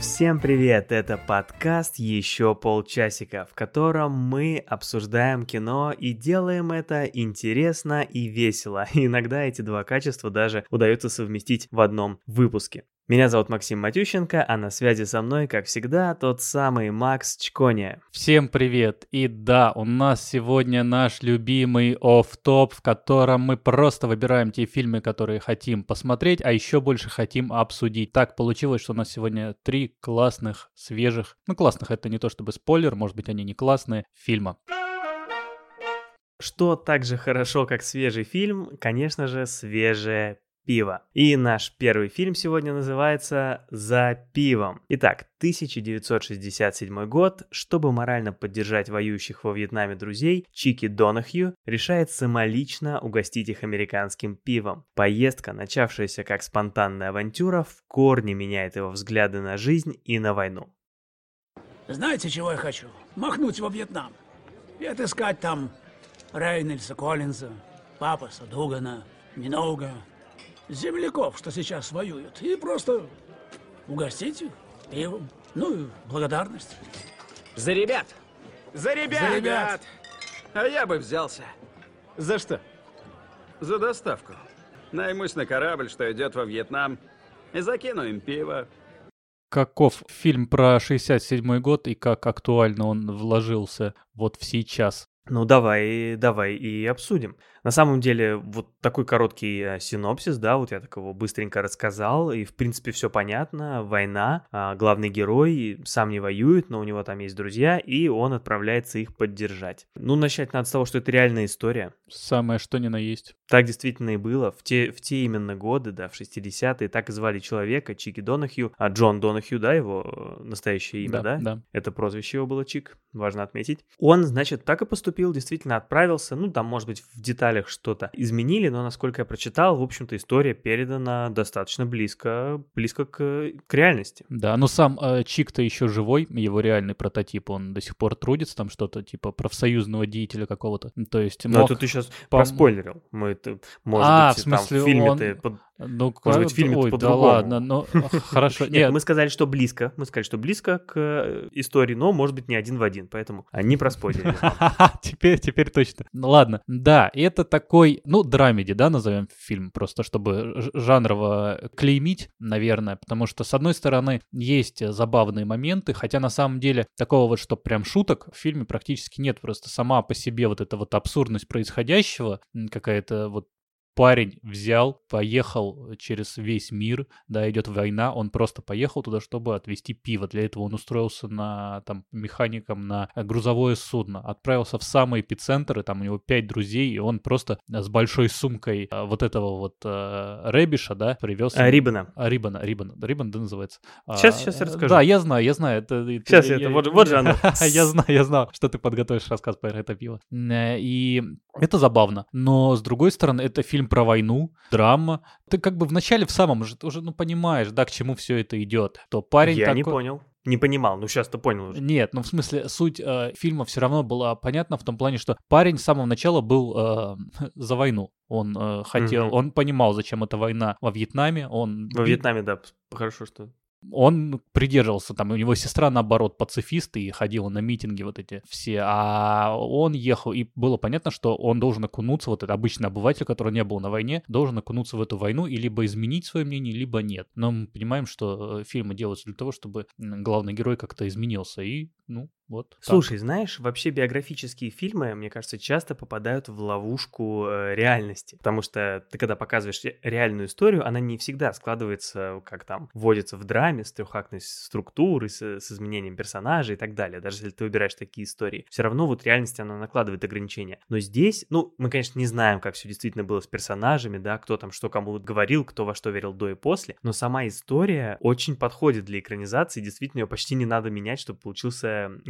Всем привет! Это подкаст «Еще полчасика», в котором мы обсуждаем кино и делаем это интересно и весело. И иногда эти два качества даже удается совместить в одном выпуске. Меня зовут Максим Матющенко, а на связи со мной, как всегда, тот самый Макс Чконя. Всем привет! И да, у нас сегодня наш любимый офф-топ, в котором мы просто выбираем те фильмы, которые хотим посмотреть, а еще больше хотим обсудить. Так получилось, что у нас сегодня 3 классных, свежих, классных это не то чтобы спойлер, может быть они не классные, фильма. Что так же хорошо, как свежий фильм, конечно же, свежее пиво. И наш первый фильм сегодня называется «За пивом». Итак, 1967 год. Чтобы морально поддержать воюющих во Вьетнаме друзей, Чики Донахью решает самолично угостить их американским пивом. Поездка, начавшаяся как спонтанная авантюра, в корне меняет его взгляды на жизнь и на войну. Знаете, чего я хочу? Махнуть во Вьетнам и отыскать там Рейнольдса, Коллинза, Папаса, Дугана, Миноуга, земляков, что сейчас воюют, и просто угостить их пивом. Ну и благодарность. За ребят! За ребят! А я бы взялся. За что? За доставку. Наймусь на корабль, что идет во Вьетнам, и закину им пиво. Каков фильм про 67 год и как актуально он вложился вот в сейчас? Ну давай и обсудим. На самом деле, вот такой короткий синопсис, да, вот я так его быстренько рассказал, и в принципе все понятно. Война, главный герой сам не воюет, но у него там есть друзья, и он отправляется их поддержать. Ну, начать надо с того, что это реальная история. Самое что ни на есть. Так действительно и было. В те именно годы, да, в 60-е, так и звали человека Чики Донахью, Джон Донахью, да, его настоящее имя, да? Это прозвище его было Чик, важно отметить. Он, значит, так и поступил, действительно отправился, ну, там, может быть, в деталях что-то изменили, но, насколько я прочитал, в общем-то, история передана достаточно близко к реальности. Да, но сам Чик-то еще живой, его реальный прототип, он до сих пор трудится, там что-то типа профсоюзного деятеля какого-то, то есть мог... Ну, это ты сейчас проспойлерил, может быть, в смысле, там в фильме-то... Ну, может быть, в фильме ой, по-другому. Да ладно, но хорошо. Нет, мы сказали, что близко к истории, но, может быть, не один в один, поэтому не проспойлерили. Теперь точно. Ну ладно, да, это такой, драмеди, да, назовем фильм, просто чтобы жанрово клеймить, наверное, потому что, с одной стороны, есть забавные моменты, хотя на самом деле такого вот, что прям шуток в фильме практически нет, просто сама по себе вот эта вот абсурдность происходящего, какая-то вот парень взял, поехал через весь мир, да, идет война, он просто поехал туда, чтобы отвезти пиво. Для этого он устроился механиком на грузовое судно, отправился в самый эпицентр, и там у него 5 друзей, и он просто с большой сумкой вот этого вот Рэбиша, да, привез... Риббана, да, называется. Сейчас я расскажу. Да, я знаю. Сейчас вот же оно. Я знал, что ты подготовишь рассказ про это пиво. И это забавно, но с другой стороны, это фильм про войну, драма. Ты как бы вначале в самом же, ты уже, понимаешь, да, к чему все это идет. То парень Я такой... не понял. Не понимал, сейчас-то понял уже. Нет, в смысле, суть фильма все равно была понятна в том плане, что парень с самого начала был за войну. Он хотел, он понимал, зачем эта война во Вьетнаме. Во Вьетнаме, да, хорошо, что... Он придерживался, у него сестра, наоборот, пацифист, и ходила на митинги вот эти все, а он ехал, и было понятно, что он должен окунуться, вот этот обычный обыватель, который не был на войне, должен окунуться в эту войну и либо изменить свое мнение, либо нет. Но мы понимаем, что фильмы делаются для того, чтобы главный герой как-то изменился, и, вот. Слушай, знаешь, вообще биографические фильмы, мне кажется, часто попадают в ловушку реальности, потому что ты, когда показываешь реальную историю, она не всегда складывается, как там, вводится в драме, с трехактной структурой, с изменением персонажей и так далее. Даже если ты выбираешь такие истории, все равно вот реальность, она накладывает ограничения. Но здесь, мы, конечно, не знаем, как все действительно было с персонажами, да, кто там что кому говорил, кто во что верил до и после, но сама история очень подходит для экранизации, действительно ее почти не надо менять, чтобы получился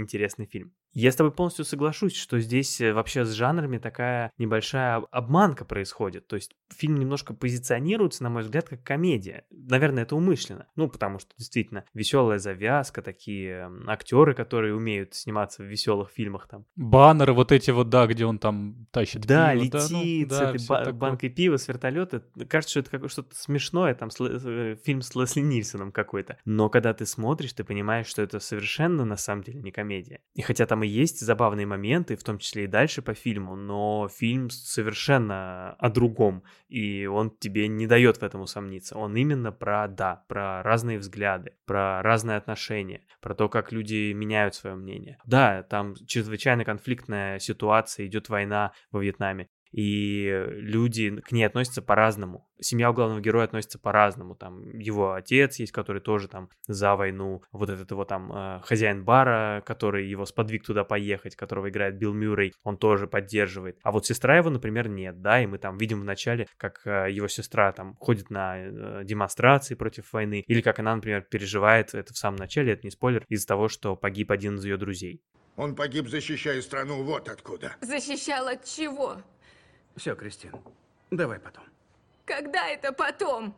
интересный фильм. Я с тобой полностью соглашусь, что здесь вообще с жанрами такая небольшая обманка происходит. То есть фильм немножко позиционируется, на мой взгляд, как комедия. Наверное, это умышленно. Ну, потому что действительно веселая завязка, такие актеры, которые умеют сниматься в веселых фильмах там. Баннеры вот эти вот, да, где он там тащит Да, пиво, летит да, с этой всё такое. банкой пива, с вертолета. Кажется, что это что-то смешное, там фильм с Лесли Нильсоном какой-то. Но когда ты смотришь, ты понимаешь, что это совершенно на самом деле не комедия. И хотя там и есть забавные моменты, в том числе и дальше по фильму, но фильм совершенно о другом, и он тебе не дает в этом усомниться. Он именно про разные взгляды, про разные отношения, про то, как люди меняют свое мнение. Да, там чрезвычайно конфликтная ситуация, идет война во Вьетнаме, и люди к ней относятся по-разному. Семья у главного героя относится по-разному. Там его отец есть, который тоже там за войну. Вот этот его там хозяин бара, который его сподвиг туда поехать, которого играет Билл Мюррей, он тоже поддерживает. А вот сестра его, например, нет, да, и мы там видим в начале, как его сестра там ходит на демонстрации против войны, или как она, например, переживает, это в самом начале, это не спойлер, из-за того, что погиб один из ее друзей. Он погиб, защищая страну, вот откуда. Защищал от чего? Все, Кристин, давай потом. Когда это потом?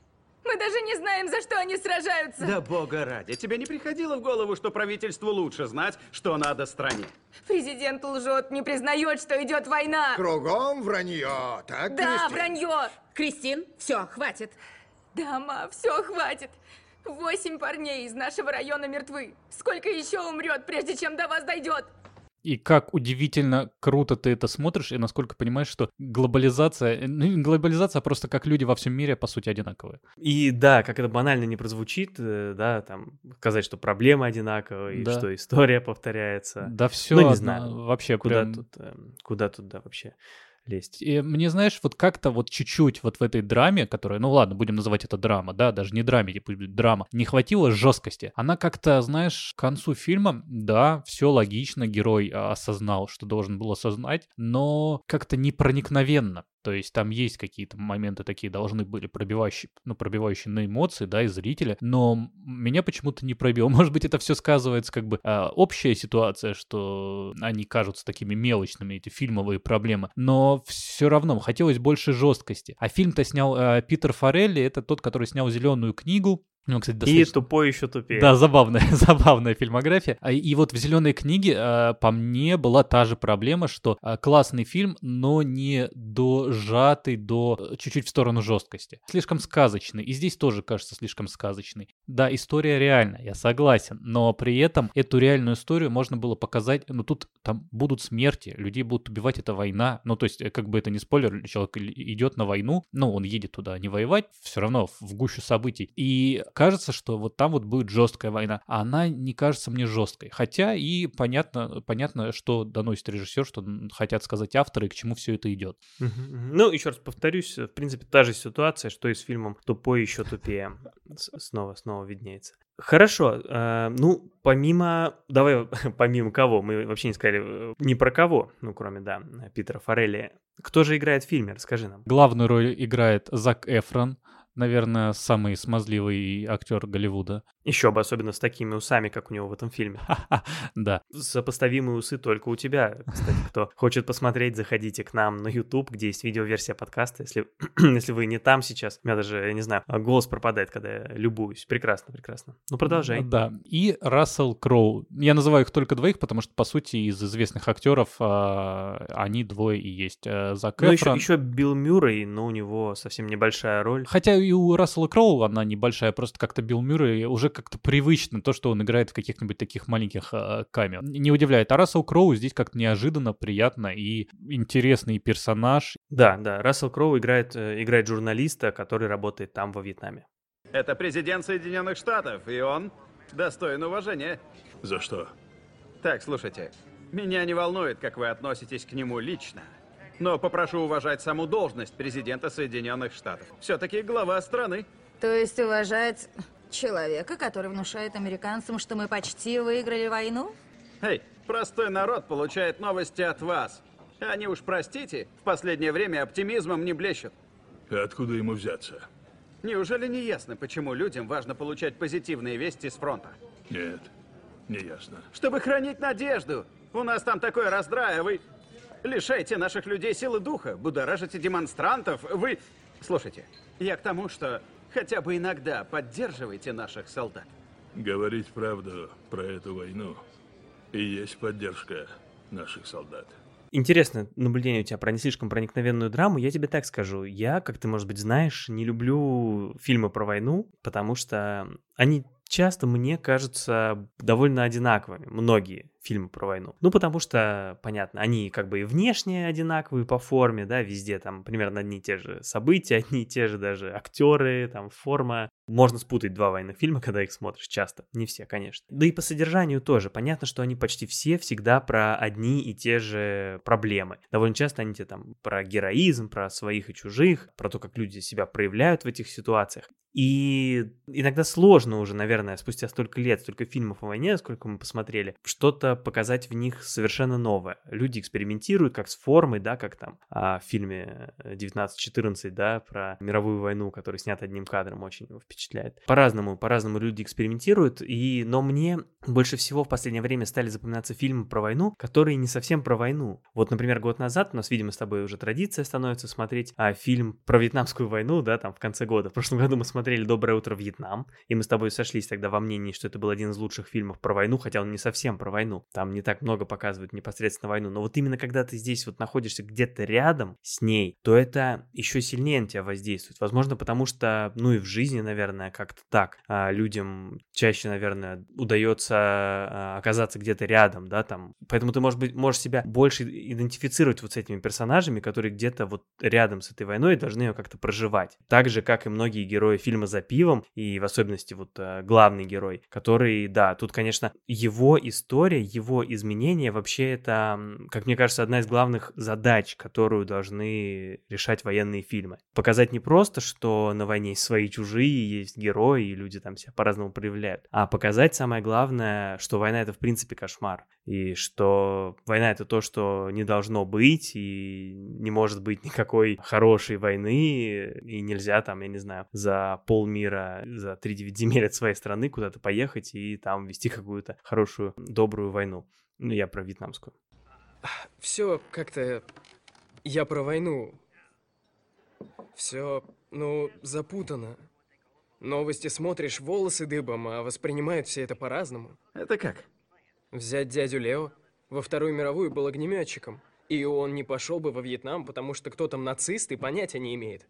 Мы даже не знаем, за что они сражаются. Да бога ради, тебе не приходило в голову, что правительству лучше знать, что надо стране? Президент лжет, не признает, что идет война. Кругом вранье, так, Да, Кристин? вранье. Кристин, все, хватит. Да, ма, все, хватит. 8 парней из нашего района мертвы. Сколько еще умрет, прежде чем до вас дойдет? И как удивительно круто ты это смотришь, и насколько понимаешь, что глобализация, ну не глобализация, а просто как люди во всем мире, по сути, одинаковые. И да, как это банально не прозвучит, да, там, сказать, что проблемы одинаковые, Да. что история повторяется. Да все, Ну, не знаю, вообще Куда прям... тут, да, вообще лезть. И мне, знаешь, вот как-то вот чуть-чуть вот в этой драме, которая, ну ладно, будем называть это драма, да, даже не драме, пусть будет драма, не хватило жесткости. Она как-то, знаешь, к концу фильма, да, все логично, герой осознал, что должен был осознать, но как-то непроникновенно. То есть там есть какие-то моменты такие, должны были пробивающие на эмоции, да, и зрителя, но меня почему-то не пробило. Может быть, это все сказывается как бы общая ситуация, что они кажутся такими мелочными, эти фильмовые проблемы, но все равно хотелось больше жесткости. А фильм-то снял Питер Фаррелли, это тот, который снял «Зеленую книгу». Ну, кстати, И достаточно... тупой еще тупее. Да, забавная фильмография. И вот в «Зеленой книге» по мне была та же проблема, что классный фильм, но не дожатый до чуть-чуть в сторону жесткости. Слишком сказочный. И здесь тоже кажется слишком сказочный. Да, история реальная, я согласен. Но при этом эту реальную историю можно было показать, ну тут там будут смерти, людей будут убивать, это война. Ну то есть, как бы это не спойлер, человек идет на войну, ну он едет туда не воевать, все равно в гущу событий. И кажется, что вот там вот будет жесткая война, а она не кажется мне жесткой. Хотя и понятно, что доносит режиссер, что хотят сказать авторы, и к чему все это идет. Ну, еще раз повторюсь, в принципе, та же ситуация, что и с фильмом «Тупой еще тупее». Снова виднеется. Хорошо, ну, помимо кого, мы вообще не сказали ни про кого, ну, кроме, да, Питера Фаррелли. Кто же играет в фильме, расскажи нам. Главную роль играет Зак Эфрон, наверное, самый смазливый актер Голливуда. Еще бы, особенно с такими усами, как у него в этом фильме. Да. Сопоставимые усы только у тебя. Кстати, кто хочет посмотреть, заходите к нам на YouTube, где есть видеоверсия подкаста. Если вы не там сейчас, у меня даже, я не знаю, голос пропадает, когда я любуюсь. Прекрасно. Ну, продолжай. Да. И Рассел Кроу. Я называю их только двоих, потому что, по сути, из известных актеров они двое и есть. Зак Эфрон. Еще Билл Мюррей, но у него совсем небольшая роль. Хотя и у Рассела Кроу она небольшая, просто как-то Билл Мюррей уже как-то привычно то, что он играет в каких-нибудь таких маленьких камео. Не удивляет. А Рассел Кроу здесь как-то неожиданно, приятно и интересный персонаж. Да, Рассел Кроу играет журналиста, который работает там, во Вьетнаме. Это президент Соединенных Штатов, и он достоин уважения. За что? Так, слушайте, меня не волнует, как вы относитесь к нему лично. Но попрошу уважать саму должность президента Соединенных Штатов. Все-таки глава страны. То есть уважать человека, который внушает американцам, что мы почти выиграли войну? Эй, простой народ получает новости от вас. Они уж, простите, в последнее время оптимизмом не блещут. Откуда ему взяться? Неужели не ясно, почему людям важно получать позитивные вести с фронта? Нет. Неясно. Чтобы хранить надежду. У нас там такой раздрай, а вы лишаете наших людей силы духа, будоражите демонстрантов. Вы... Слушайте, я к тому, что хотя бы иногда поддерживайте наших солдат. Говорить правду про эту войну и есть поддержка наших солдат. Интересное наблюдение у тебя про не слишком проникновенную драму. Я тебе так скажу. Я, как ты, может быть, знаешь, не люблю фильмы про войну, потому что они часто, мне кажутся, довольно одинаковыми. Многие фильмы про войну. Ну, потому что, понятно, они как бы и внешне одинаковые по форме, да, везде там примерно одни и те же события, одни и те же даже актеры, там, форма. Можно спутать два военных фильма, когда их смотришь часто. Не все, конечно. Да и по содержанию тоже. Понятно, что они почти все всегда про одни и те же проблемы. Довольно часто они тебе там про героизм, про своих и чужих, про то, как люди себя проявляют в этих ситуациях. И иногда сложно уже, наверное, спустя столько лет, столько фильмов о войне, сколько мы посмотрели, что-то показать в них совершенно новое. Люди экспериментируют как с формой, да, как там в фильме 1914, да, про мировую войну, который снят одним кадром, очень его впечатляет. По-разному люди экспериментируют, но мне больше всего в последнее время стали запоминаться фильмы про войну, которые не совсем про войну. Вот, например, год назад у нас, видимо, с тобой уже традиция становится смотреть фильм про Вьетнамскую войну, да, там в конце года. В прошлом году мы смотрели «Доброе утро, Вьетнам», и мы с тобой сошлись тогда во мнении, что это был один из лучших фильмов про войну, хотя он не совсем про войну. Там не так много показывают непосредственно войну. Но вот именно когда ты здесь вот находишься где-то рядом с ней, то это еще сильнее на тебя воздействует. Возможно, потому что, ну и в жизни, наверное, как-то так. Людям чаще, наверное, удается оказаться где-то рядом, да, там. Поэтому ты, можешь себя больше идентифицировать вот с этими персонажами, которые где-то вот рядом с этой войной и должны ее как-то проживать. Так же, как и многие герои фильма «За пивом», и в особенности вот главный герой, который, да, тут, конечно, его история, его изменения, вообще это, как мне кажется, одна из главных задач, которую должны решать военные фильмы. Показать не просто, что на войне есть свои чужие, есть герои, и люди там себя по-разному проявляют, а показать самое главное, что война — это в принципе кошмар, и что война — это то, что не должно быть, и не может быть никакой хорошей войны, и нельзя там, я не знаю, за полмира, за 3-9 земель от своей страны куда-то поехать и там вести какую-то хорошую, добрую войну. Ну, я про вьетнамскую. Все как-то... Я про войну. Все, запутано. Новости смотришь, волосы дыбом, а воспринимают все это по-разному. Это как? Взять дядю Лео. Во Вторую мировую был огнеметчиком. И он не пошел бы во Вьетнам, потому что кто там нацист и понятия не имеет.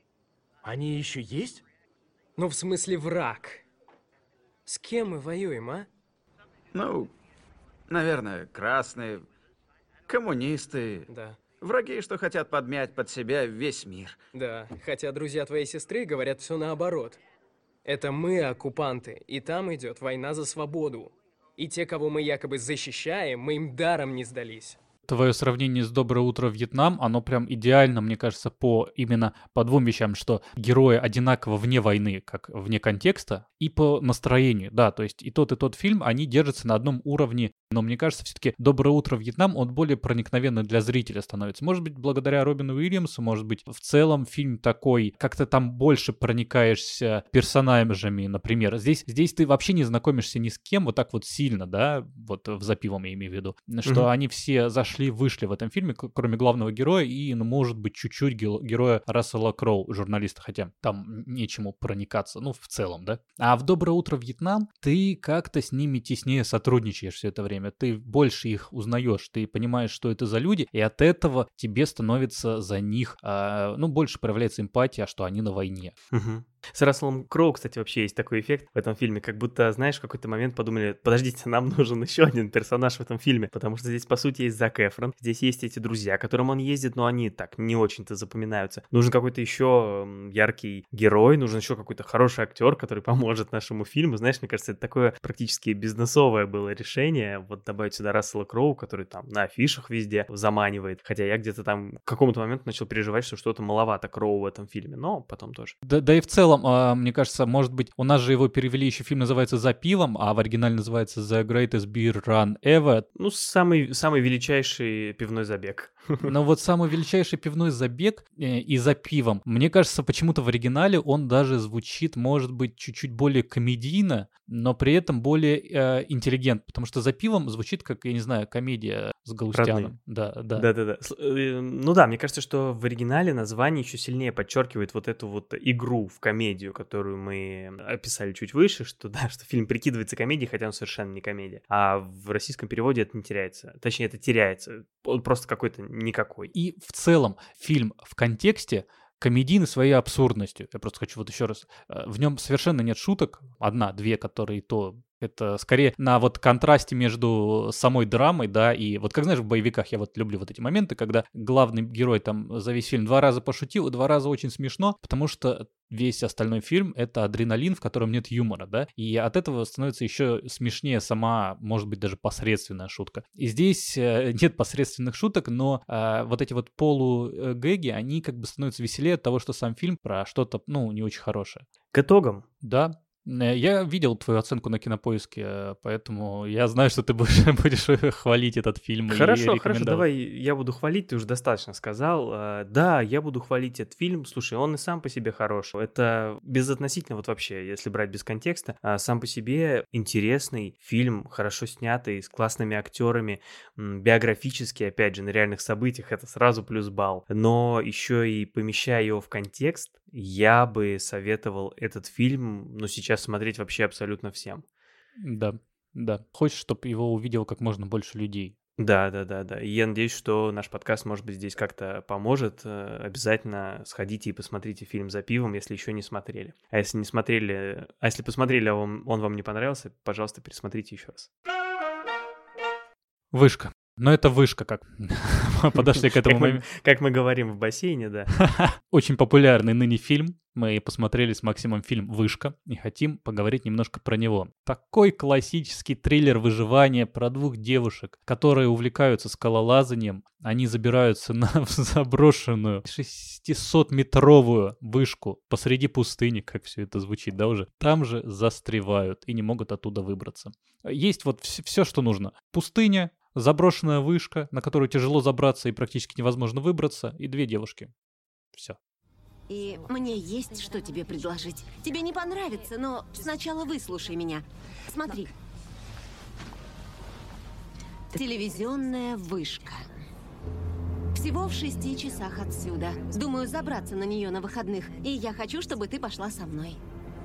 Они еще есть? Ну, в смысле, враг. С кем мы воюем, а? Ну, наверное, красные, коммунисты. Да. Враги, что хотят подмять под себя весь мир. Да, хотя друзья твоей сестры говорят все наоборот. Это мы оккупанты, и там идет война за свободу. И те, кого мы якобы защищаем, мы им даром не сдались. Твое сравнение с «Доброе утро, Вьетнам», оно прям идеально, мне кажется, именно по двум вещам, что герои одинаково вне войны, как вне контекста, и по настроению, да, то есть и тот фильм, они держатся на одном уровне, но мне кажется, все-таки «Доброе утро, Вьетнам», он более проникновенный для зрителя становится. Может быть, благодаря Робину Уильямсу, может быть, в целом фильм такой, как-то там больше проникаешься персонажами, например. Здесь ты вообще не знакомишься ни с кем вот так вот сильно, да, вот в «За пивом» я имею в виду, что они все вышли в этом фильме, кроме главного героя и, может быть, чуть-чуть героя Рассела Кроу, журналиста, хотя там нечему проникаться, в целом, да. А в «Доброе утро, Вьетнам» ты как-то с ними теснее сотрудничаешь все это время, ты больше их узнаешь, ты понимаешь, что это за люди, и от этого тебе становится за них, больше проявляется эмпатия, что они на войне. С Расселом Кроу, кстати, вообще есть такой эффект в этом фильме, как будто, знаешь, в какой-то момент подумали, подождите, нам нужен еще один персонаж в этом фильме, потому что здесь, по сути, есть Зак Эфрон, здесь есть эти друзья, к которым он ездит, но они так не очень-то запоминаются. Нужен какой-то еще яркий герой, нужен еще какой-то хороший актер, который поможет нашему фильму. Знаешь, мне кажется, это такое практически бизнесовое было решение, вот добавить сюда Рассела Кроу, который там на афишах везде заманивает, хотя я где-то там к какому-то моменту начал переживать, что что-то маловато Кроу в этом фильме, но потом тоже. Да и в целом, мне кажется, может быть, у нас же его перевели, еще фильм называется «За пивом», а в оригинале называется «The Greatest Beer Run Ever». Самый величайший пивной забег. Но вот самый величайший пивной забег и за пивом, мне кажется, почему-то в оригинале он даже звучит, может быть, чуть-чуть более комедийно, но при этом более интеллигентно, потому что за пивом звучит как, я не знаю, комедия с Галустяном. Да. Да-да-да. Ну да, мне кажется, что в оригинале название еще сильнее подчеркивает вот эту вот игру в комедию, которую мы описали чуть выше, что да, что фильм прикидывается комедией, хотя он совершенно не комедия. А в российском переводе это не теряется. Точнее, это теряется. Он просто какой-то никакой. И в целом фильм в контексте комедийный своей абсурдностью. Я просто хочу вот еще раз. В нем совершенно нет шуток. Одна-две, которые то... Это скорее на вот контрасте между самой драмой, да, и вот как знаешь, в боевиках я вот люблю вот эти моменты, когда главный герой там за весь фильм 2 раза пошутил, 2 раза очень смешно, потому что весь остальной фильм — это адреналин, в котором нет юмора, да, и от этого становится еще смешнее сама, может быть, даже посредственная шутка. И здесь нет посредственных шуток, но вот эти вот полугэги, они как бы становятся веселее от того, что сам фильм про что-то, ну, не очень хорошее. К итогам. Да. Я видел твою оценку на Кинопоиске, поэтому я знаю, что ты будешь хвалить этот фильм. Хорошо, давай я буду хвалить, ты уже достаточно сказал. Да, я буду хвалить этот фильм. Слушай, он и сам по себе хорош. Это безотносительно вот вообще, если брать без контекста, сам по себе интересный фильм, хорошо снятый, с классными актерами, биографический, опять же, на реальных событиях, это сразу плюс балл. Но еще и помещая его в контекст, я бы советовал этот фильм, сейчас смотреть вообще абсолютно всем. Да. Хочешь, чтобы его увидел как можно больше людей. Да. И я надеюсь, что наш подкаст, может быть, здесь как-то поможет. Обязательно сходите и посмотрите фильм «За пивом», если еще не смотрели. А если не смотрели, если посмотрели, а он вам не понравился, пожалуйста, пересмотрите еще раз. Вышка. Но это вышка, как подошли к этому моменту. Как мы говорим в бассейне, да. Очень популярный ныне фильм. Мы посмотрели с Максимом фильм «Вышка» и хотим поговорить немножко про него. Такой классический триллер выживания про 2 девушек, которые увлекаются скалолазанием. Они забираются на заброшенную 600-метровую вышку посреди пустыни, как все это звучит, да, уже. Там же застревают и не могут оттуда выбраться. Есть вот все, что нужно. Пустыня, заброшенная вышка, на которую тяжело забраться и практически невозможно выбраться, и 2 девушки. Все. И мне есть что тебе предложить. Тебе не понравится, но сначала выслушай меня. Смотри. Телевизионная вышка. Всего в 6 часах отсюда. Думаю, забраться на нее на выходных. И я хочу, чтобы ты пошла со мной.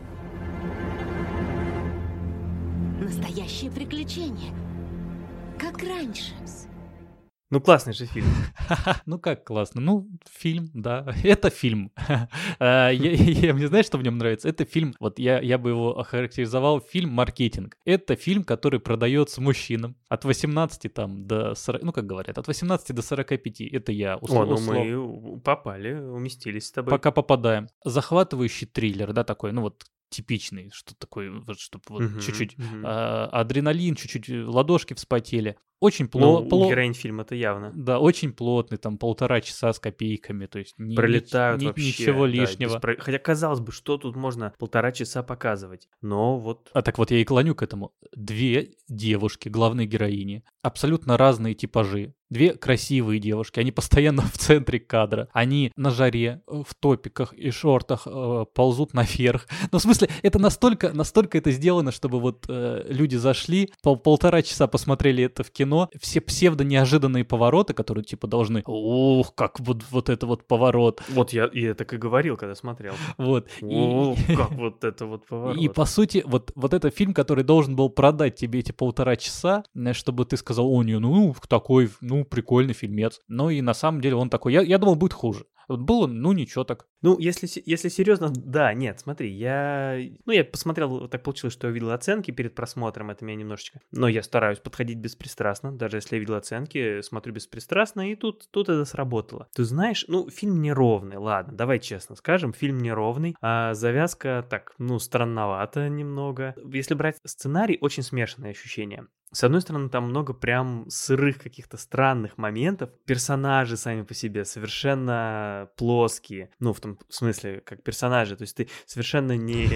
Настоящее приключение. Как раньше. Классный же фильм. Ну как классно? Фильм, да. Это фильм. Мне знаешь, что в нем нравится? Это фильм, вот я бы его охарактеризовал, фильм-маркетинг. Это фильм, который продается мужчинам от 18 там до 40, как говорят, от 18 до 45. Это я условно. Мы попали, уместились с тобой. Пока попадаем. Захватывающий триллер, да, такой, типичный, что такое, вот, чтобы вот чуть-чуть адреналин, чуть-чуть ладошки вспотели. Очень плотно. Героинь фильма это явно. Да, очень плотный, там 1,5 часа с копейками, то есть пролетают вообще. Ничего лишнего. Хотя, казалось бы, что тут можно 1,5 часа показывать, но вот... Так вот я и клоню к этому. 2 девушки, главные героини, абсолютно разные типажи. 2 красивые девушки, они постоянно в центре кадра, они на жаре, в топиках и шортах ползут наверх. В смысле, это настолько это сделано, чтобы вот люди зашли, 1,5 часа посмотрели это в кино, все псевдо-неожиданные повороты, которые типа должны, как вот это вот поворот. Вот я так и говорил, когда смотрел. Вот. Как вот это вот поворот. И по сути, вот это фильм, который должен был продать тебе эти 1,5 часа, чтобы ты сказал, такой, прикольный фильмец. И на самом деле он такой, я думал, будет хуже. Вот было, ничего так. Если серьезно, да, нет, смотри, я посмотрел, так получилось, что я видел оценки перед просмотром, это меня немножечко, но я стараюсь подходить беспристрастно, даже если я видел оценки, смотрю беспристрастно, и тут это сработало. Ты знаешь, фильм неровный, ладно, давай честно скажем, фильм неровный, а завязка так, странновато немного. Если брать сценарий, очень смешанные ощущения. С одной стороны, там много прям сырых каких-то странных моментов. Персонажи сами по себе совершенно плоские. Ну, в том смысле, как персонажи. То есть ты совершенно не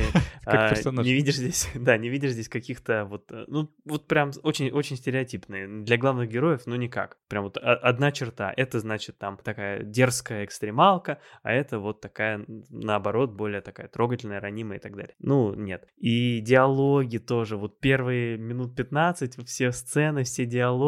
видишь здесь, да, не видишь здесь каких-то вот, ну, вот прям очень стереотипные. Для главных героев, ну, никак. Прям вот одна черта. Это, значит, там такая дерзкая экстремалка, а это вот такая, наоборот, более такая трогательная, ранимая и так далее. Ну, нет. И диалоги тоже. Вот первые минут 15 все сцены, все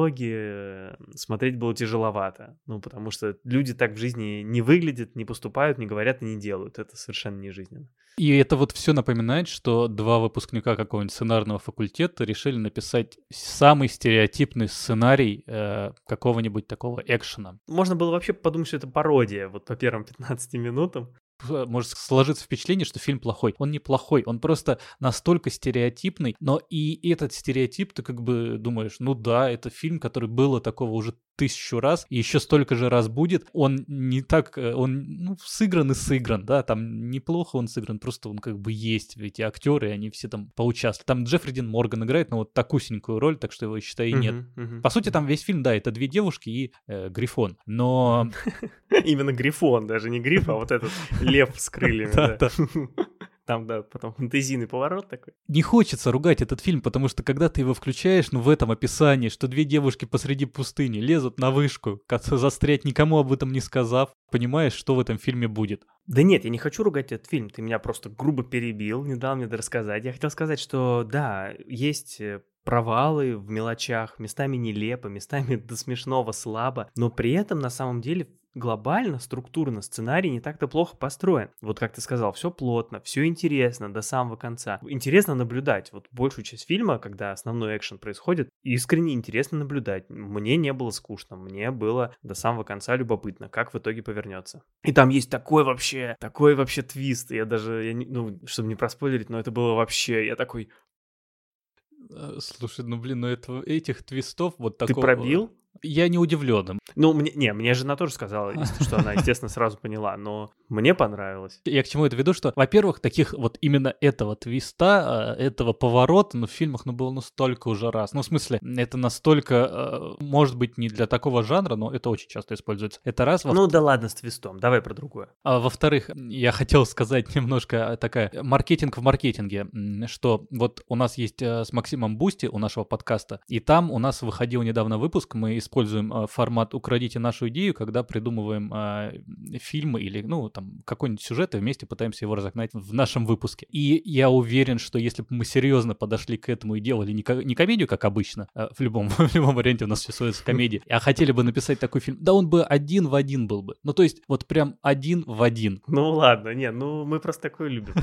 диалоги смотреть было тяжеловато. Ну, потому что люди так в жизни не выглядят, не поступают, не говорят и не делают. Это совершенно не жизненно. И это вот все напоминает, что 2 выпускника какого-нибудь сценарного факультета решили написать самый стереотипный сценарий какого-нибудь такого экшена. Можно было вообще подумать, что это пародия вот по первым 15 минутам. Может сложиться впечатление, что фильм плохой. Он не плохой, он просто настолько стереотипный, но и этот стереотип ты как бы думаешь, ну да, это фильм, который было такого уже 1000 раз, и еще столько же раз будет. Он не так, он сыгран и сыгран, да, там неплохо он сыгран, просто он как бы есть, эти актеры, они все там поучаствовали. Там Джеффри Дин Морган играет, но вот такусенькую роль, так что его, считай, и нет. По сути, там весь фильм, да, это 2 девушки и Грифон, но... Именно Грифон, даже не Гриф, а вот этот лев с крыльями. Да. Там, да, потом фантазийный поворот такой. Не хочется ругать этот фильм, потому что когда ты его включаешь, в этом описании, что 2 девушки посреди пустыни лезут на вышку, застрять никому об этом не сказав, понимаешь, что в этом фильме будет. Да нет, я не хочу ругать этот фильм, ты меня просто грубо перебил, не дал мне рассказать. Я хотел сказать, что да, есть провалы в мелочах, местами нелепо, местами до смешного слабо, но при этом на самом деле глобально, структурно сценарий не так-то плохо построен. Вот как ты сказал, все плотно, все интересно до самого конца. Интересно наблюдать. Вот большую часть фильма, когда основной экшен происходит, искренне интересно наблюдать. Мне не было скучно, мне было до самого конца любопытно, как в итоге повернется. И там есть такой вообще твист. Я даже, чтобы не проспойлерить, но это было вообще, я такой... Слушай, этих твистов вот такого... Ты пробил? Я не удивлен. Ну, мне жена тоже сказала, что она, естественно, сразу поняла, но мне понравилось. Я к чему это веду, что, во-первых, таких вот именно этого твиста, этого поворота, в фильмах, было столько уже раз. В смысле, это настолько, может быть, не для такого жанра, но это очень часто используется. Это раз. Да ладно с твистом, давай про другое. А во-вторых, я хотел сказать немножко такая маркетинг в маркетинге, что вот у нас есть с Максимом Бусти у нашего подкаста, и там у нас выходил недавно выпуск, мы используем формат «Украдите нашу идею», когда придумываем фильмы или, какой-нибудь сюжет и вместе пытаемся его разогнать в нашем выпуске. И я уверен, что если бы мы серьезно подошли к этому и делали не комедию, как обычно, в любом варианте у нас все сводится комедия, а хотели бы написать такой фильм, да он бы 1 в 1 был бы. То есть вот прям 1 в 1. Ну ладно, мы просто такое любим.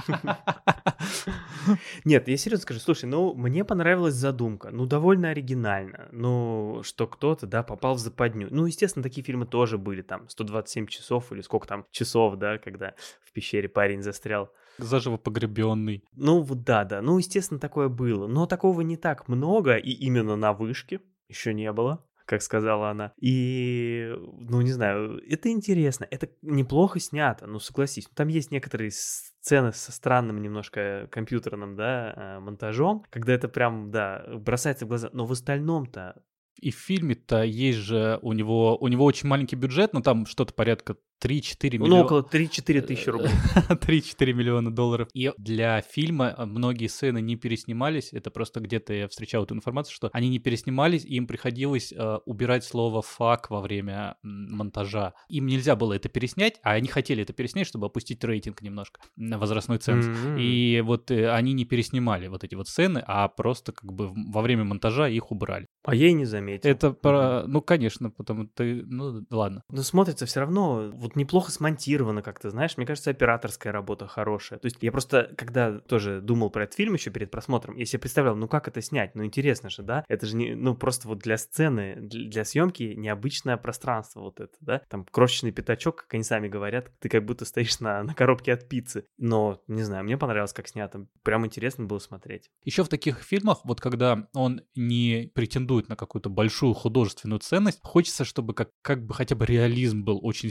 Нет, я серьезно скажу, слушай, мне понравилась задумка, довольно оригинально, что кто-то, да, попал в западню. Естественно, такие фильмы тоже были, там, 127 часов или сколько там часов, да, когда в пещере парень застрял. Заживо погребенный. Да, естественно, такое было, но такого не так много, и именно на вышке еще не было, как сказала она. И, не знаю, это интересно, это неплохо снято, согласись. Там есть некоторые сцены со странным немножко компьютерным, да, монтажом, когда это прям, да, бросается в глаза, но в остальном-то... И в фильме-то есть же у него очень маленький бюджет, там что-то порядка 3-4 миллиона. Около 3-4 тысячи рублей. 3-4 миллиона долларов. И для фильма многие сцены не переснимались. Это просто где-то я встречал эту информацию, что они не переснимались, и им приходилось убирать слово «фак» во время монтажа. Им нельзя было это переснять, а они хотели это переснять, чтобы опустить рейтинг немножко, возрастной ценз. И вот они не переснимали вот эти вот сцены, а просто как бы во время монтажа их убрали. А я и не заметил. Это конечно, потому ты, ладно. Но смотрится все равно вот неплохо смонтировано как-то, знаешь, мне кажется, операторская работа хорошая. То есть я просто, когда тоже думал про этот фильм еще перед просмотром, я себе представлял, как это снять, интересно же, да? Это же не, просто вот для сцены, для съемки необычное пространство вот это, да? Там крошечный пятачок, как они сами говорят, ты как будто стоишь на коробке от пиццы. Но, не знаю, мне понравилось, как снято, прям интересно было смотреть. Еще в таких фильмах, вот когда он не претендует на какую-то большую художественную ценность, хочется, чтобы как бы хотя бы реализм был очень сильный.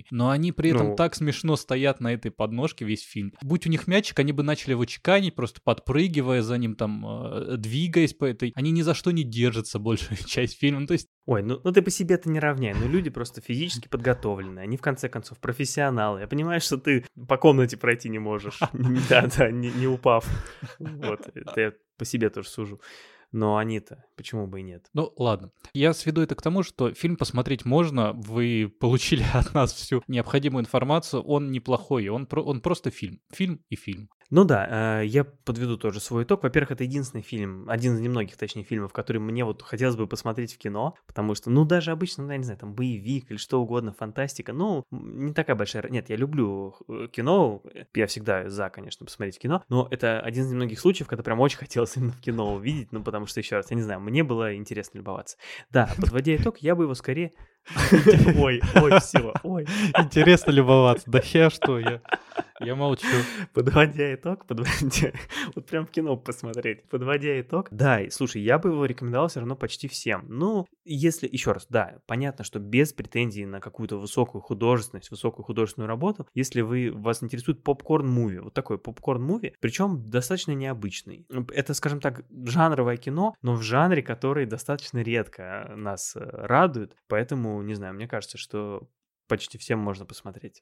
подножками, но они при этом Ну. так смешно стоят на этой подножке весь фильм. Будь у них мячик, они бы начали его чеканить, просто подпрыгивая за ним, там, двигаясь по этой. Они ни за что не держатся большую часть фильма. Ну, то есть Ой, ну ты по себе-то не равняй. Ну, люди просто физически подготовленные. Они, в конце концов, профессионалы. Я понимаю, что ты по комнате пройти не можешь. Да, не упав. Вот, это я по себе тоже сужу. Но они-то, почему бы и нет? Ну, ладно. Я сведу это к тому, что фильм посмотреть можно. Вы получили от нас всю необходимую информацию. Он неплохой, он просто фильм. Фильм и фильм. Ну да, я подведу тоже свой итог. Во-первых, это единственный фильм, один из немногих, точнее, фильмов, который мне вот хотелось бы посмотреть в кино, потому что, ну, даже обычно, ну, я не знаю, там, боевик или что угодно, фантастика, ну, не такая большая... Нет, я люблю кино, я всегда за, конечно, посмотреть в кино, но это один из немногих случаев, когда прям очень хотелось именно в кино увидеть, ну, потому что, еще раз, я не знаю, мне было интересно любоваться. Да, подводя итог, я бы его скорее... Ой, все, ой. Интересно любоваться. Да я что, я молчу. Подводя итог, вот прям в кино посмотреть. Подводя итог, да, и слушай, я бы его рекомендовал все равно почти всем. Ну, если, еще раз, да, понятно, что без претензий на какую-то высокую художественность, высокую художественную работу, если вас интересует попкорн-муви, вот такой попкорн-муви, причем достаточно необычный. Это, скажем так, жанровое кино, но в жанре, который достаточно редко нас радует, поэтому, не знаю, мне кажется, что почти всем можно посмотреть.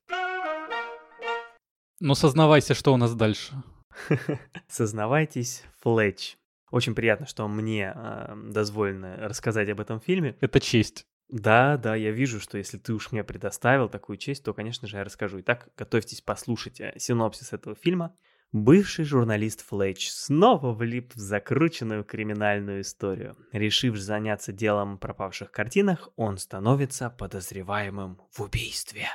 Ну, сознавайся, что у нас дальше. Сознавайтесь, Флетч. Очень приятно, что мне дозволено рассказать об этом фильме. Это честь. Да, я вижу, что если ты уж мне предоставил такую честь, то, конечно же, я расскажу. Итак, готовьтесь послушать синопсис этого фильма. Бывший журналист Флетч снова влип в закрученную криминальную историю. Решив заняться делом о пропавших картинах, он становится подозреваемым в убийстве.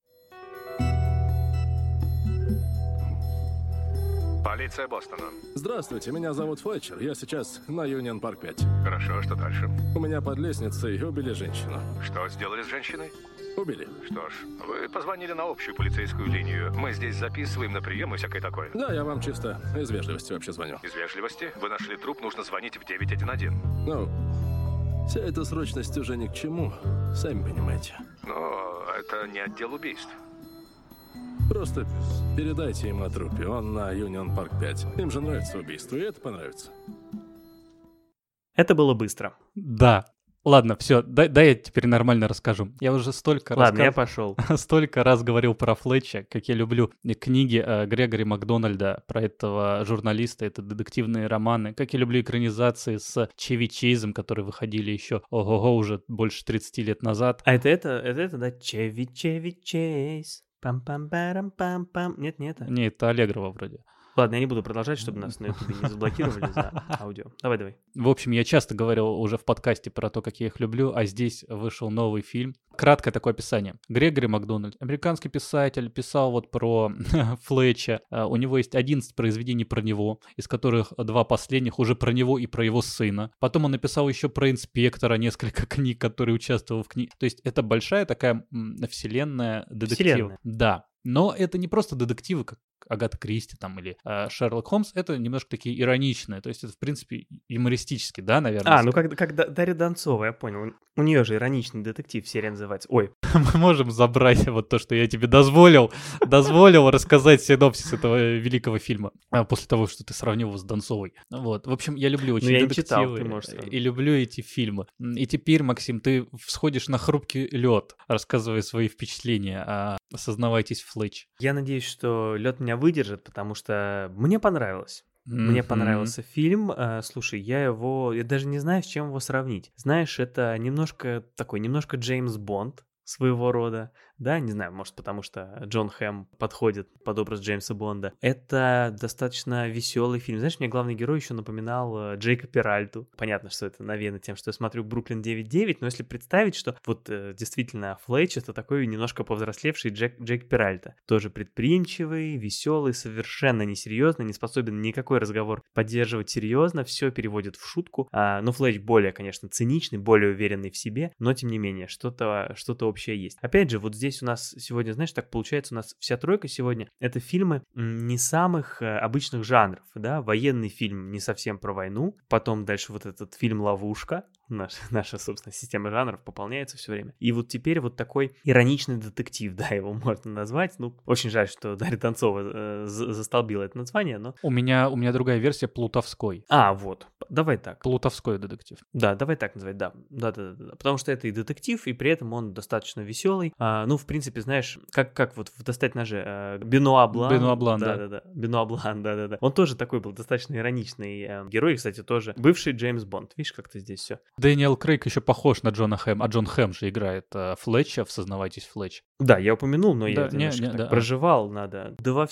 Полиция Бостона. Здравствуйте, меня зовут Флетчер. Я сейчас на Юнион Парк 5. Хорошо, что дальше? У меня под лестницей убили женщину. Что сделали с женщиной? Убили. Что ж, вы позвонили на общую полицейскую линию. Мы здесь записываем на прием и всякое такое. Да, я вам чисто из вежливости вообще звоню. Из вежливости? Вы нашли труп, нужно звонить в 911. Ну, вся эта срочность уже ни к чему, сами понимаете. Но это не отдел убийств. Просто передайте им о трупе, он на Юнион Парк 5. Им же нравится убийство, и это понравится. Это было быстро. Да. Ладно, все, дай я теперь нормально расскажу. Я уже я пошел. Столько раз говорил про Флетча, как я люблю книги Грегори Макдональда про этого журналиста, это детективные романы, как я люблю экранизации с Чеви Чейзом, которые выходили еще, ого-го, уже больше 30 лет назад. А это, да, Чеви Чейз. Пам-пам-парам-пам-пам. Нет, не это. Не, это Аллегрова вроде. Ладно, я не буду продолжать, чтобы нас на ютубе не заблокировали за аудио. Давай. В общем, я часто говорил уже в подкасте про то, как я их люблю, а здесь вышел новый фильм. Краткое такое описание. Грегори Макдональд, американский писатель, писал вот про Флетча. У него есть 11 произведений про него, из которых 2 последних уже про него и про его сына. Потом он написал еще про инспектора несколько книг, которые участвовал в книге. То есть это большая такая вселенная детективов. Да. Но это не просто детективы, как Агата Кристи там или Шерлок Холмс, это немножко такие ироничные, то есть это, в принципе, юмористически, да, наверное? Ну как Дарья Донцова, я понял. У нее же ироничный детектив серия называется. Ой. Мы можем забрать вот то, что я тебе дозволил рассказать синопсис этого великого фильма, после того, что ты сравнил его с Донцовой. Вот, в общем, я люблю очень детективы и люблю эти фильмы. И теперь, Максим, ты всходишь на хрупкий лед, рассказывая свои впечатления, осознавайтесь, Флетч. Я надеюсь, что лед меня выдержит, потому что мне понравилось. Мне понравился фильм. Слушай, я даже не знаю, с чем его сравнить. Знаешь, это немножко Джеймс Бонд своего рода. Да, не знаю, может, потому что Джон Хэм подходит под образ Джеймса Бонда. Это достаточно веселый фильм. Знаешь, мне главный герой еще напоминал Джейка Перальту. Понятно, что это навеяно тем, что я смотрю «Бруклин 9.9», но если представить, что вот действительно Флетч — это такой немножко повзрослевший Джейк Перальта. Тоже предприимчивый, веселый, совершенно несерьезный, не способен никакой разговор поддерживать серьезно, все переводит в шутку. Но Флетч более, конечно, циничный, более уверенный в себе, но тем не менее, что-то общее есть. Опять же, вот здесь здесь у нас сегодня, знаешь, так получается, у нас вся тройка сегодня — это фильмы не самых обычных жанров, да, военный фильм не совсем про войну, потом дальше вот этот фильм «Ловушка», наша, собственно, система жанров пополняется все время. И вот теперь вот такой ироничный детектив, да, его можно назвать. Ну, очень жаль, что Дарья Донцова застолбила это название, но... У меня другая версия — плутовской. Вот. Давай так. Плутовской детектив. Да, давай так называть, да. Да. Потому что это и детектив, и при этом он достаточно веселый. Ну, в принципе, знаешь, как вот в «Достать ножи» Бенуа Блан. Да. Бенуа Блан, да. Он тоже такой был достаточно ироничный герой, кстати, тоже бывший Джеймс Бонд. Видишь, как-то здесь все. Дэниел Крейг еще похож на Джона Хэма, а Джон Хэм же играет Флетча в «Сознавайтесь, Флетч». Да, я упомянул, но я да, немножко так проживал, надо. Да во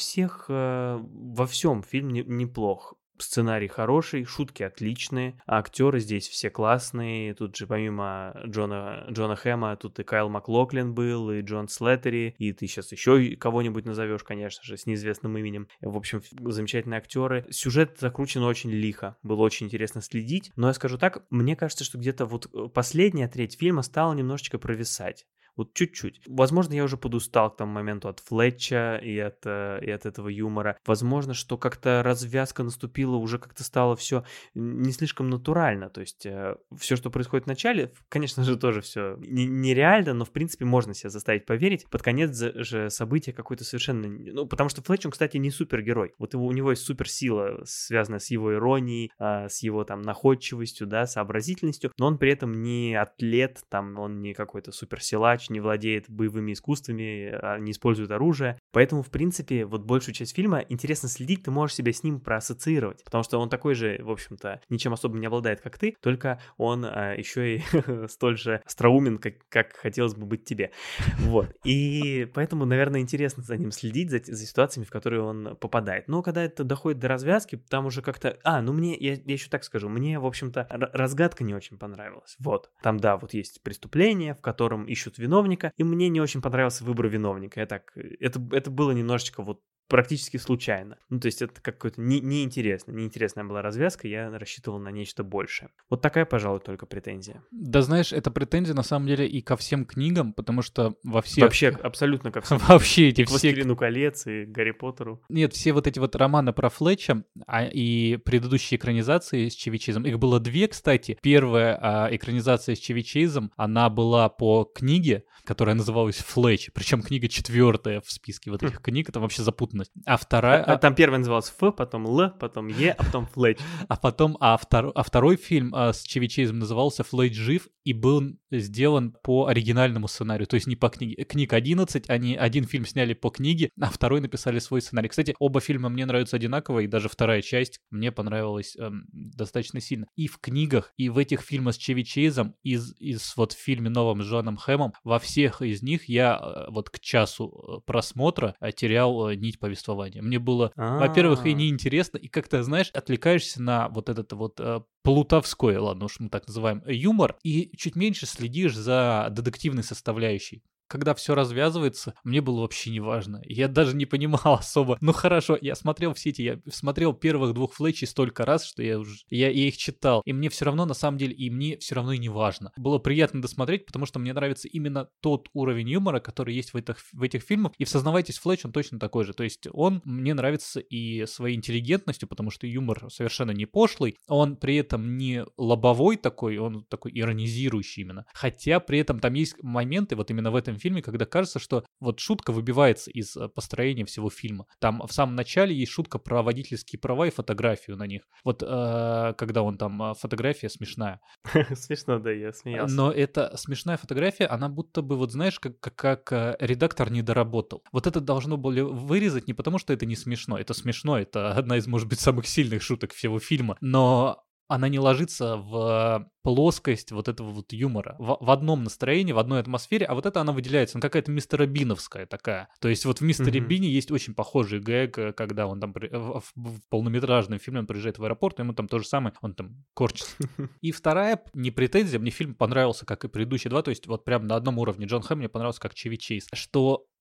всем фильм неплох. Сценарий хороший, шутки отличные, актеры здесь все классные. Тут же помимо Джона Хэма тут и Кайл Маклоклин был, и Джон Слеттери, и ты сейчас еще кого-нибудь назовешь, конечно же, с неизвестным именем. В общем, замечательные актеры. Сюжет закручен очень лихо, было очень интересно следить. Но я скажу так, мне кажется, что где-то вот последняя треть фильма стала немножечко провисать. Вот чуть-чуть. Возможно, я уже подустал к тому моменту от Флетча и от этого юмора. Возможно, что как-то развязка наступила, уже как-то стало все не слишком натурально. То есть все, что происходит в начале, конечно же, тоже все нереально, но в принципе можно себя заставить поверить. Под конец же события какое-то совершенно... Ну, потому что Флетч, он, кстати, не супергерой. Вот у него есть суперсила, связанная с его иронией, с его там находчивостью, да, сообразительностью, но он при этом не атлет, там, он не какой-то суперсилач, не владеет боевыми искусствами, не использует оружие. Поэтому, в принципе, вот большую часть фильма интересно следить, ты можешь себя с ним проассоциировать, потому что он такой же, в общем-то, ничем особо не обладает, как ты, только он еще и столь же остроумен, как хотелось бы быть тебе. Вот. И поэтому, наверное, интересно за ним следить, за ситуациями, в которые он попадает. Но когда это доходит до развязки, там уже как-то... я еще так скажу, мне, в общем-то, разгадка не очень понравилась. Вот. Там, да, вот есть преступление, в котором ищут виновника, и мне не очень понравился выбор виновника. Это было немножечко вот практически случайно. Ну, то есть это какое-то неинтересная была развязка, я рассчитывал на нечто большее. Вот такая, пожалуй, только претензия. Да, знаешь, это претензия на самом деле и ко всем книгам, потому что во всех... Вообще, абсолютно ко всем. Вообще эти все... «Властелину колец» и «Гарри Поттеру». Нет, все вот эти вот романы про Флетча и предыдущие экранизации с Чеви Чейзом, их было две, кстати. Первая экранизация с Чеви Чейзом, она была по книге, которая называлась «Флетч», причем книга 4 в списке вот этих книг, это вообще запутанность. А вторая... Там первая называлась «Ф», потом «Л», потом «Е», а потом «Флетч». Второй фильм с Чеви Чейзом назывался «Флетч жив» и был сделан по оригинальному сценарию, то есть не по книге. Книг 11, они один фильм сняли по книге, а второй написали свой сценарий. Кстати, оба фильма мне нравятся одинаково, и даже вторая часть мне понравилась достаточно сильно. И в книгах, и в этих фильмах с Чеви Чейзом, из вот в фильме новом с Джоном Хэмом, во всех из них я вот к часу просмотра терял нить повествования. Мне было, во-первых, и неинтересно, и как-то, знаешь, отвлекаешься на вот этот вот плутовской, ладно уж мы так называем, юмор, и чуть меньше следишь за детективной составляющей. Когда все развязывается, мне было вообще не важно. Я даже не понимал особо. Ну хорошо, я смотрел я смотрел первых двух Флетчей столько раз, что я их читал. И мне все равно, на самом деле, и мне все равно и не важно. Было приятно досмотреть, потому что мне нравится именно тот уровень юмора, который есть в этих фильмах. И в «Сознавайтесь, Флетч» он точно такой же. То есть он мне нравится и своей интеллигентностью, потому что юмор совершенно не пошлый. Он при этом не лобовой такой, он такой иронизирующий именно. Хотя при этом там есть моменты, вот именно в этом фильме, когда кажется, что вот шутка выбивается из построения всего фильма. Там в самом начале есть шутка про водительские права и фотографию на них. Вот когда он там, фотография смешная. Смешно, да, я смеялся. Но эта смешная фотография, она будто бы, вот знаешь, как редактор не доработал. Вот это должно было вырезать не потому, что это не смешно. Это смешно, это одна из, может быть, самых сильных шуток всего фильма. Но она не ложится в плоскость вот этого вот юмора. В одном настроении, в одной атмосфере, а вот это она выделяется. Она какая-то мистера Биновская такая. То есть вот в «Мистере Бине» есть очень похожий гэг, когда он там в полнометражном фильме он приезжает в аэропорт, и ему там то же самое, он там корчится. И вторая, не претензия, мне фильм понравился, как и предыдущие два, то есть вот прям на одном уровне. Джон Хэм мне понравился как Чеви Чейз. Что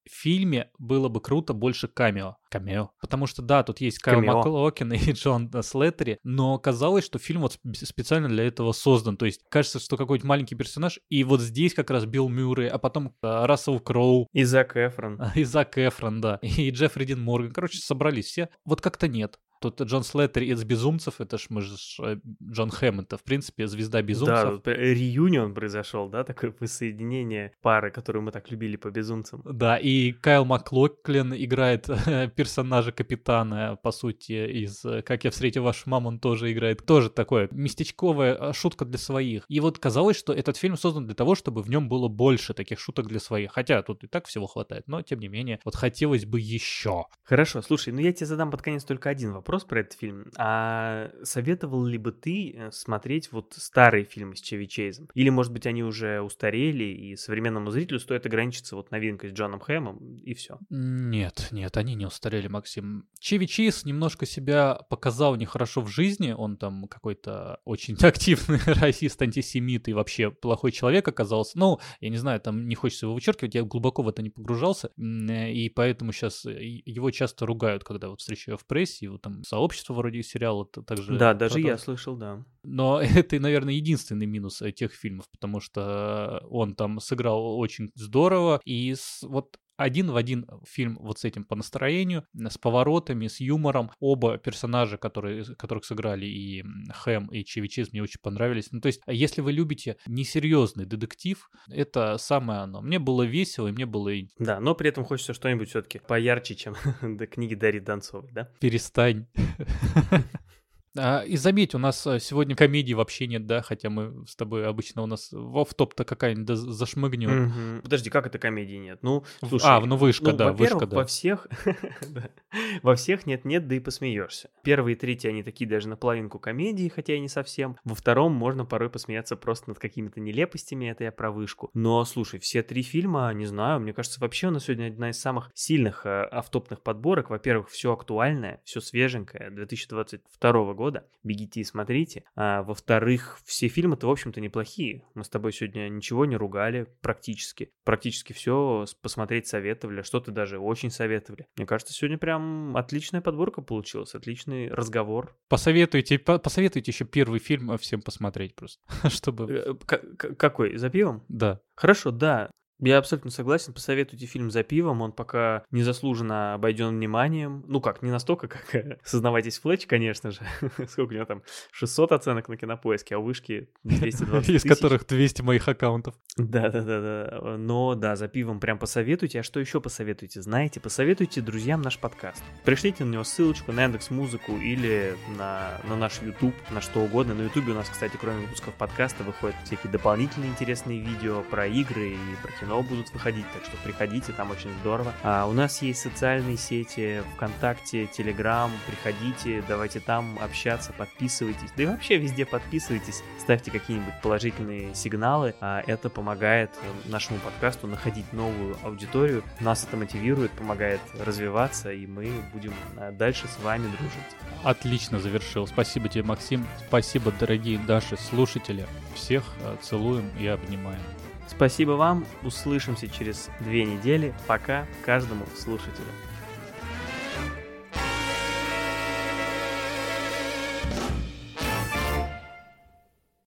в фильме было бы круто больше камео. Потому что, да, тут есть Кайл Маклоукен и Джон Слеттери, но казалось, что фильм вот специально для этого создан. То есть кажется, что какой-то маленький персонаж, и вот здесь как раз Билл Мюррей, а потом Рассел Кроу. И Зак Эфрон. Да. И Джеффри Дин Морган. Короче, собрались все. Вот как-то нет. Тут Джон Слеттери из «Безумцев», это ж мы же Джон Хэммонд, в принципе, звезда «Безумцев». Да, реюнион произошел, да, такое воссоединение пары, которую мы так любили по «Безумцам». Да, и Кайл Маклоукен играет персонажа капитана, по сути, из «Как я встретил вашу маму», он тоже играет. Тоже такое местечковая шутка для своих. И вот казалось, что этот фильм создан для того, чтобы в нем было больше таких шуток для своих. Хотя тут и так всего хватает, но тем не менее, вот хотелось бы еще. Хорошо, слушай, ну я тебе задам под конец только один вопрос про этот фильм. А советовал ли бы ты смотреть вот старые фильмы с Чеви Чейзом? Или, может быть, они уже устарели, и современному зрителю стоит ограничиться вот новинкой с Джоном Хэмом, и все? Нет, они не устарели, Максим. Чеви Чейз немножко себя показал нехорошо в жизни. Он там какой-то очень активный расист, антисемит и вообще плохой человек оказался. Ну, я не знаю, там не хочется его вычеркивать, я глубоко в это не погружался, и поэтому сейчас его часто ругают, когда вот встречаю в прессе, его там «Сообщество» вроде сериала также... Да, даже я слышал, да. Но это, наверное, единственный минус этих фильмов, потому что он там сыграл очень здорово, и вот один в один фильм вот с этим по настроению, с поворотами, с юмором. Оба персонажа, которых сыграли и Хэм, и Чеви Чейз, мне очень понравились. Ну, то есть, если вы любите несерьезный детектив, это самое оно. Мне было весело, и мне было... Да, но при этом хочется что-нибудь все-таки поярче, чем книги Дарьи Донцовой, да? Перестань. И заметь, у нас сегодня комедии вообще нет, да, хотя мы с тобой обычно у нас в топ-то какая-нибудь зашмыгнет. Угу. Подожди, как это комедии нет? Ну, слушай, вышка, да, вышка, да. Во всех, во всех нет, да и посмеешься. Первые и третьи, они такие даже наполовинку комедии, хотя и не совсем. Во втором можно порой посмеяться просто над какими-то нелепостями, это я про вышку. Но, слушай, все три фильма, не знаю, мне кажется, вообще у нас сегодня одна из самых сильных автопных подборок. Во-первых, все актуальное, все свеженькое, 2022 года. Бегите и смотрите. Во-вторых, все фильмы-то, в общем-то, неплохие. Мы с тобой сегодня ничего не ругали практически. Практически все посмотреть советовали, что-то даже очень советовали. Мне кажется, сегодня прям отличная подборка получилась, отличный разговор. Посоветуйте еще первый фильм всем посмотреть просто, чтобы... Какой? «За пивом»? Да. Хорошо, да. Я абсолютно согласен, посоветуйте фильм «За пивом», он пока незаслуженно обойден вниманием. Ну как, не настолько, как «Сознавайтесь, Флетч», конечно же. Сколько у него там? 600 оценок на Кинопоиске, а у вышки 220 из которых 200 моих аккаунтов. Да. Но да, «За пивом» прям посоветуйте. А что еще посоветуйте? Знаете, посоветуйте друзьям наш подкаст. Пришлите на него ссылочку на Яндекс.Музыку или на наш YouTube, на что угодно. На YouTube у нас, кстати, кроме выпусков подкаста, выходят всякие дополнительные интересные видео про игры и про кино будут выходить, так что приходите, там очень здорово. У нас есть социальные сети ВКонтакте, Телеграм, приходите, давайте там общаться, подписывайтесь, да и вообще везде подписывайтесь, ставьте какие-нибудь положительные сигналы, это помогает нашему подкасту находить новую аудиторию, нас это мотивирует, помогает развиваться, и мы будем дальше с вами дружить. Отлично завершил. Спасибо тебе, Максим. Спасибо, дорогие наши слушатели. Всех целуем и обнимаем. Спасибо вам, услышимся через 2 недели. Пока каждому слушателю.